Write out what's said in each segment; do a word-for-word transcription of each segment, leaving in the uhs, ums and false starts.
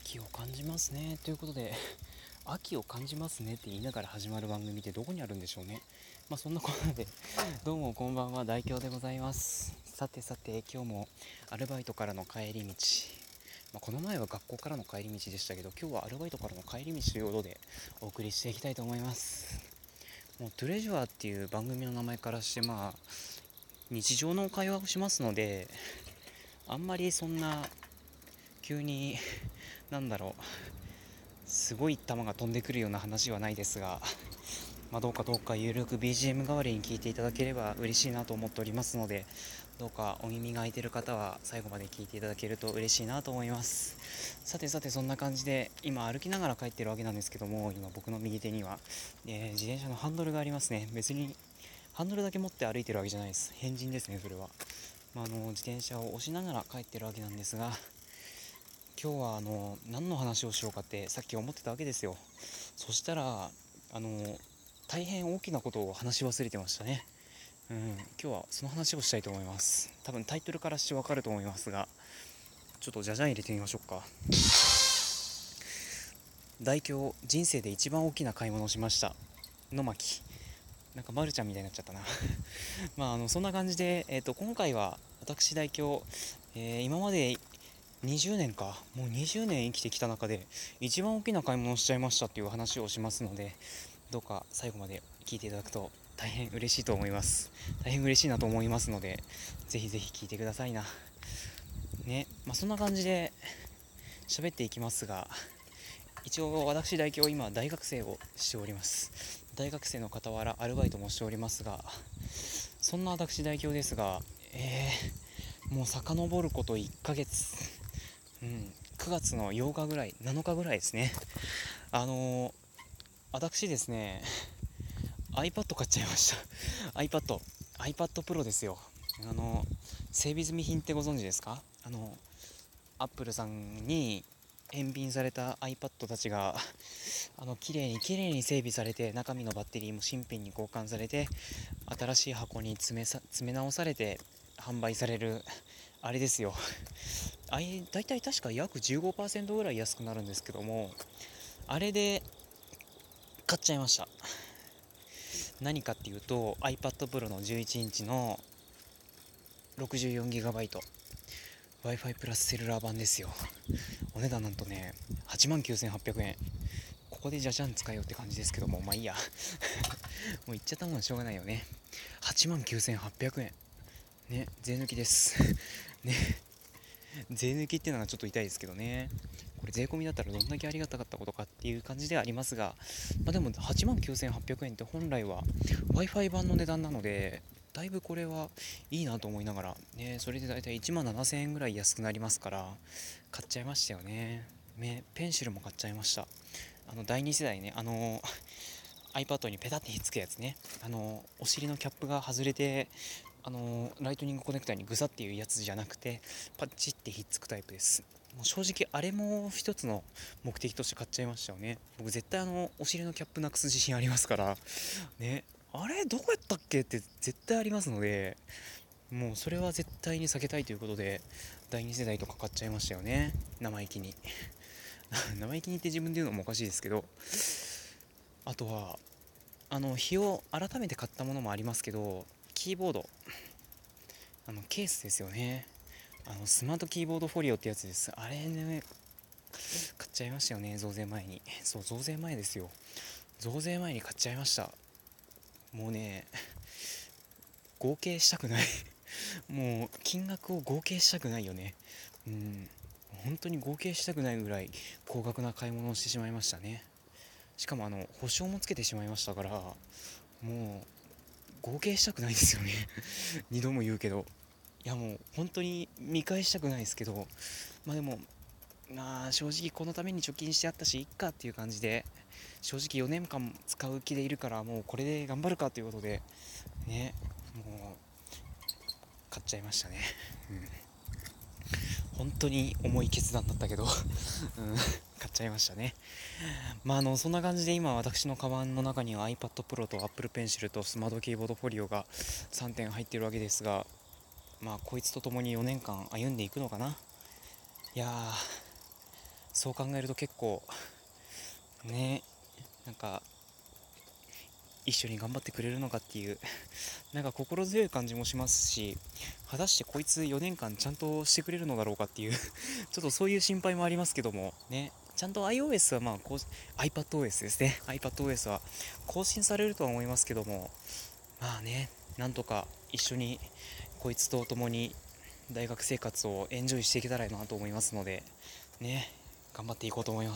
秋を感じますねということで秋を感じますねって言いながら始まる番組ってどこにあるんでしょうね。まあそんなことでどうもこんばんは、大京でございます。さてさて、今日もアルバイトからの帰り道、まあ、この前は学校からの帰り道でしたけど、今日はアルバイトからの帰り道ということでお送りしていきたいと思います。もうトレジュアーっていう番組の名前からして、まあ日常の会話をしますので、あんまりそんな急になんだろうすごい球が飛んでくるような話はないですが、まあ、どうかどうかゆるく ビージーエム 代わりに聞いていただければ嬉しいなと思っておりますので、どうかお耳が空いてる方は最後まで聞いていただけると嬉しいなと思います。さてさて、そんな感じで今歩きながら帰ってるわけなんですけども、今僕の右手には、えー自転車のハンドルがありますね。別にハンドルだけ持って歩いてるわけじゃないです。変人ですね、それは。まあ、あの自転車を押しながら帰ってるわけなんですが、今日はあの何の話をしようかってさっき思ってたわけですよ。そしたらあの大変大きなことを話し忘れてましたね。うん、今日はその話をしたいと思います。多分タイトルからしてわかると思いますが、ちょっとじゃじゃん入れてみましょうか。大凶、人生で一番大きな買い物をしましたの巻。なんかまるちゃんみたいになっちゃったなまああのそんな感じで、えー、と今回は私大凶、えー今までにじゅうねんか、もうにじゅうねん生きてきた中で一番大きな買い物をしちゃいましたっていう話をしますので、どうか最後まで聞いていただくと大変嬉しいと思います。大変嬉しいなと思いますので、ぜひぜひ聞いてくださいな。ね、まあそんな感じで喋っていきますが、一応私大京今大学生をしております。大学生の傍らアルバイトもしておりますが、そんな私代表ですが、えー、もう遡ることいっかげつ、うん、くがつのようかぐらい、なのかぐらいですね。あのー、私ですね、iPad 買っちゃいました。iPad、iPad Pro ですよ。あのー、整備済み品ってご存知ですか？あの、アップルさんに返品された iPad たちが、あの、綺麗に綺麗に整備されて、中身のバッテリーも新品に交換されて、新しい箱に詰めさ詰め直されて販売されるあれですよ。あいだいたい確か約じゅうごパーセントぐらい安くなるんですけども、あれで買っちゃいました。何かっていうと iPad Pro のじゅういちインチの ろくじゅうよんギガバイト Wi-Fi プラスセルラー版ですよ。お値段なんとねはちまんきゅうせんはっぴゃくえん。ここでじゃじゃん使えよって感じですけども、まあいいやもう言っちゃったもんはしょうがないよね。はちまんきゅうせんはっぴゃくえんね、税抜きですね、税抜きっていうのがちょっと痛いですけどね。これ税込みだったらどんだけありがたかったことかっていう感じではありますが、まあ、でもはちまんきゅうせんはっぴゃくえんって本来は Wi-Fi 版の値段なので、だいぶこれはいいなと思いながらね、それでだいたいいちまんななせんえんぐらい安くなりますから買っちゃいましたよね。ね、ペンシルも買っちゃいました。あのだいに世代ね、あの iPad にペタってひっつくやつね、あのお尻のキャップが外れて、あのライトニングコネクタにグサっていうやつじゃなくてパッチってひっつくタイプです。もう正直あれも一つの目的として買っちゃいましたよね。僕絶対あのお尻のキャップなくす自信ありますからね。あれどこやったっけって絶対ありますので、もうそれは絶対に避けたいということでだいに世代とか買っちゃいましたよね、生意気に生意気にって自分で言うのもおかしいですけど、あとはあの日を改めて買ったものもありますけど、キーボード、あのケースですよね。あのスマートキーボードフォリオってやつです。あれね買っちゃいましたよね、増税前に。そう、増税前ですよ。増税前に買っちゃいました。もうね合計したくないもう金額を合計したくないよね。うん、本当に合計したくないぐらい高額な買い物をしてしまいましたね。しかもあの保証もつけてしまいましたから、もう合計したくないですよね二度も言うけど、いやもう本当に見返したくないですけど、まあでもまあ正直このために貯金してあったしいっかっていう感じで、正直よねんかん使う気でいるから、もうこれで頑張るかということでね、もう買っちゃいましたね。うん本当に重い決断だったけどうん、買っちゃいましたね。まああのそんな感じで今私のカバンの中には iPad Pro と Apple Pencil とスマートキーボードフォリオがさんてん入ってるわけですが、まあこいつと共によねんかん歩んでいくのかな。いやーそう考えると結構ね、なんか一緒に頑張ってくれるのかっていうなんか心強い感じもしますし、果たしてこいつよねんかんちゃんとしてくれるのだろうかっていうちょっとそういう心配もありますけどもね。ちゃんと iOS はまあこう iPadOS ですね iPadOS は更新されるとは思いますけども、まあね、なんとか一緒にこいつと共に大学生活をエンジョイしていけたらなと思いますのでね、頑張っていこうと思います。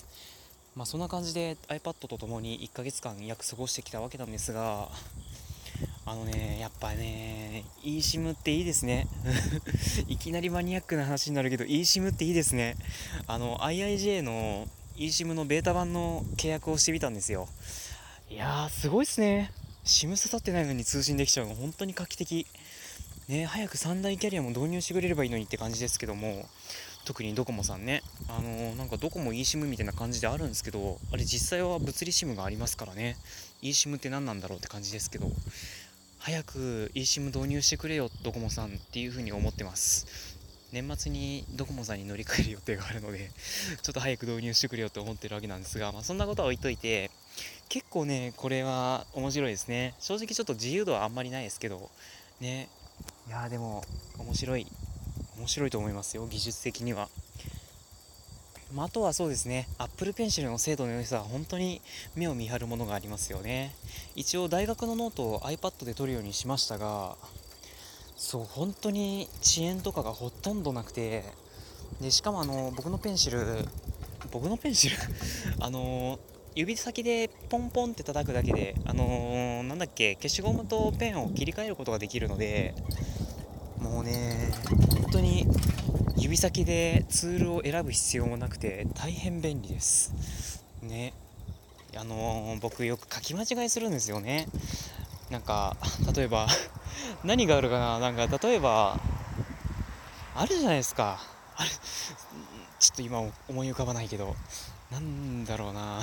まあそんな感じで iPad と共にいっかげつかん約過ごしてきたわけなんですが、あのね、やっぱね eSIM っていいですねいきなりマニアックな話になるけど eSIM っていいですね。あの アイアイジェー の eSIM のベータ版の契約をしてみたんですよ。いやーすごいっすね。 SIM 刺さってないのに通信できちゃうの本当に画期的ね。早くさん大キャリアも導入してくれればいいのにって感じですけども、特にドコモさんね、あのー、なんかドコモ eSIM みたいな感じであるんですけど、あれ実際は物理 SIM がありますからね。 eSIM って何なんだろうって感じですけど、早く eSIM 導入してくれよドコモさんっていう風に思ってます。年末にドコモさんに乗り換える予定があるのでちょっと早く導入してくれよと思ってるわけなんですが、まあ、そんなことは置いといて、結構ねこれは面白いですね。正直ちょっと自由度はあんまりないですけどね。いやーでも面白い面白いと思いますよ、技術的には。まあ、あとはそうですね、Apple Pencil の精度の良さは本当に目を見張るものがありますよね。一応大学のノートを iPad で取るようにしましたが、そう本当に遅延とかがほとんどなくて、でしかもあの僕のペンシル僕のペンシルあの指先でポンポンって叩くだけで、あのーなんだっけ、消しゴムとペンを切り替えることができるので、もうね本当に指先でツールを選ぶ必要もなくて大変便利ですね。あのー僕よく書き間違いするんですよね。なんか例えば何があるかな、なんか例えばあるじゃないですか、あれちょっと今思い浮かばないけど、なんだろうな、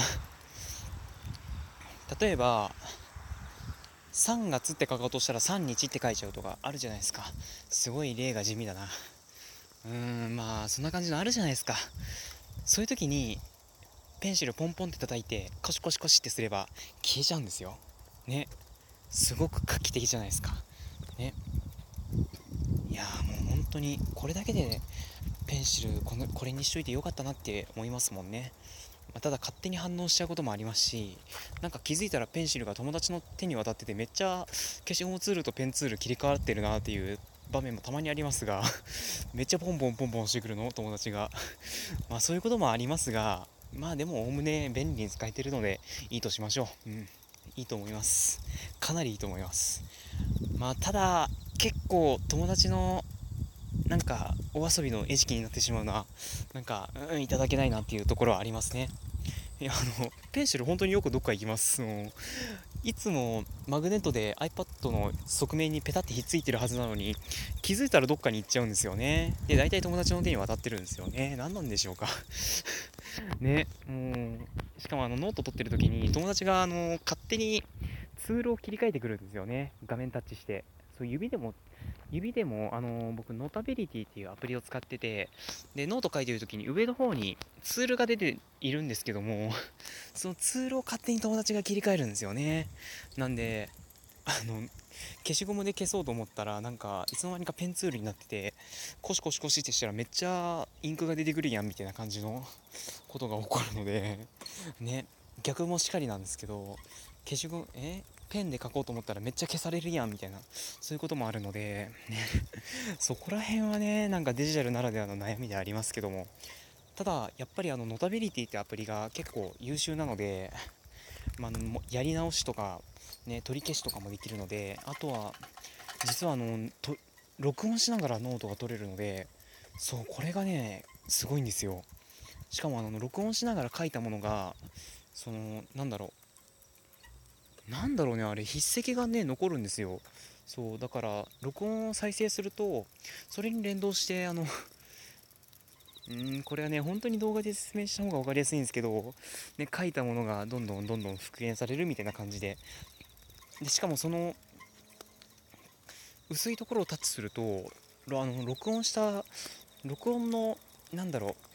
例えばさんがつって書こうとしたらさんにちって書いちゃうとかあるじゃないですか。すごい例が地味だな。うーん、まあそんな感じのあるじゃないですか。そういう時にペンシルポンポンって叩いてコシコシコシってすれば消えちゃうんですよね。すごく画期的じゃないですかね。いやーもう本当にこれだけでペンシルこのこれにしといてよかったなって思いますもんね。まあ、ただ勝手に反応しちゃうこともありますし、なんか気づいたらペンシルが友達の手に渡っててめっちゃ消しゴムツールとペンツール切り替わってるなっていう場面もたまにありますがめっちゃポンポンポンポンしてくるの友達がまあそういうこともありますが、まあでもおおむね便利に使えてるのでいいとしましょう。うん、いいと思います。かなりいいと思います。まあただ結構友達のなんかお遊びの餌食になってしまうのはなんか、うん、いただけないなっていうところはありますね。いやあのペンシル本当によくどっか行きます。もういつもマグネットで iPad の側面にペタってひっついてるはずなのに気づいたらどっかに行っちゃうんですよね。で大体友達の手に渡ってるんですよね。何なんでしょうかね。もうしかもあのノート取ってる時に友達があの勝手にツールを切り替えてくるんですよね、画面タッチして。そう指でも指でも、あのー僕ノータビリティっていうアプリを使ってて、でノート書いてる時に上の方にツールが出ているんですけどもそのツールを勝手に友達が切り替えるんですよね。なんであの消しゴムで消そうと思ったらなんかいつの間にかペンツールになってて、コシコシコシってしたらめっちゃインクが出てくるやんみたいな感じのことが起こるのでね、逆もしかりなんですけど、消しゴムえペンで書こうと思ったらめっちゃ消されるやんみたいな、そういうこともあるのでねそこら辺はねなんかデジタルならではの悩みでありますけども、ただやっぱりあのノタビリティってアプリが結構優秀なので、まあ、やり直しとか、ね、取り消しとかもできるので、あとは実はあのと録音しながらノートが取れるので、そうこれがねすごいんですよ。しかもあの録音しながら書いたものがそのなんだろうなんだろうねあれ筆跡がね残るんですよ。そうだから録音を再生するとそれに連動してあのうーんこれはね本当に動画で説明した方が分かりやすいんですけど、ね、書いたものがどんどんどんどん復元されるみたいな感じで、でしかもその薄いところをタッチするとあの録音した録音のなんだろう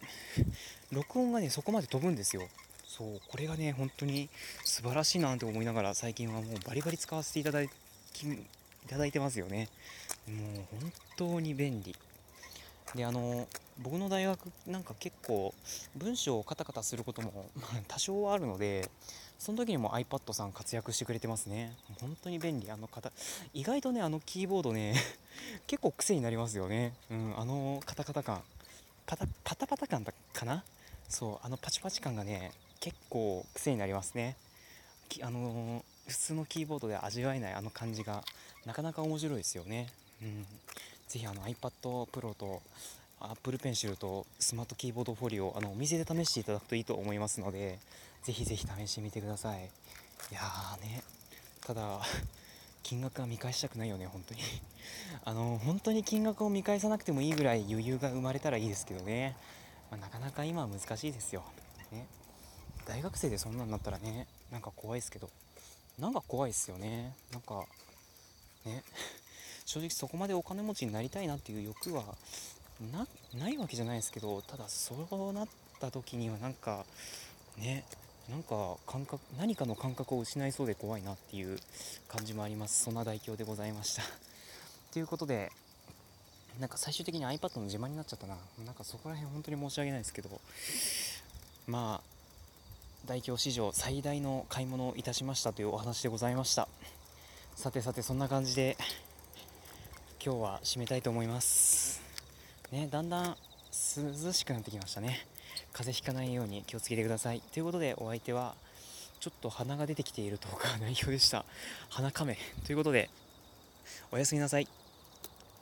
録音がねそこまで飛ぶんですよ。そう、これがね本当に素晴らしいなって思いながら、最近はもうバリバリ使わせていただきいただいてますよね。もう本当に便利で、あの僕の大学なんか結構文章をカタカタすることもまあ多少はあるので、その時にも iPad さん活躍してくれてますね。本当に便利。あの方意外とね、あのキーボードね結構癖になりますよね。うん、あのカタカタ感、パタパタパタ感だかな。そう、あのパチパチ感がね結構癖になりますね。きあのー普通のキーボードで味わえないあの感じがなかなか面白いですよね。うん、ぜひあの iPad Pro と Apple Pencil とスマートキーボードフォリオ、あのお店で試していただくといいと思いますので、ぜひぜひ試してみてください。いやーね、ただ金額は見返したくないよね本当にあの本当に金額を見返さなくてもいいぐらい余裕が生まれたらいいですけどね、まあ、なかなか今は難しいですよ、ね、大学生でそんなんなったらね、なんか怖いですけど、なんか怖いですよね。なんかね、正直そこまでお金持ちになりたいなっていう欲はなないわけじゃないですけど、ただそうなった時にはなんかね、なんか感覚何かの感覚を失いそうで怖いなっていう感じもあります。そんな代表でございましたということで、なんか最終的に iPad の自慢になっちゃったな。なんかそこら辺本当に申し訳ないですけど、まあ代表史上最大の買い物をいたしましたというお話でございました。さてさて、そんな感じで今日は締めたいと思いますね。だんだん涼しくなってきましたね。風邪ひかないように気をつけてください。ということで、お相手はちょっと鼻が出てきているとか代表でした。鼻かめということで、おやすみなさい。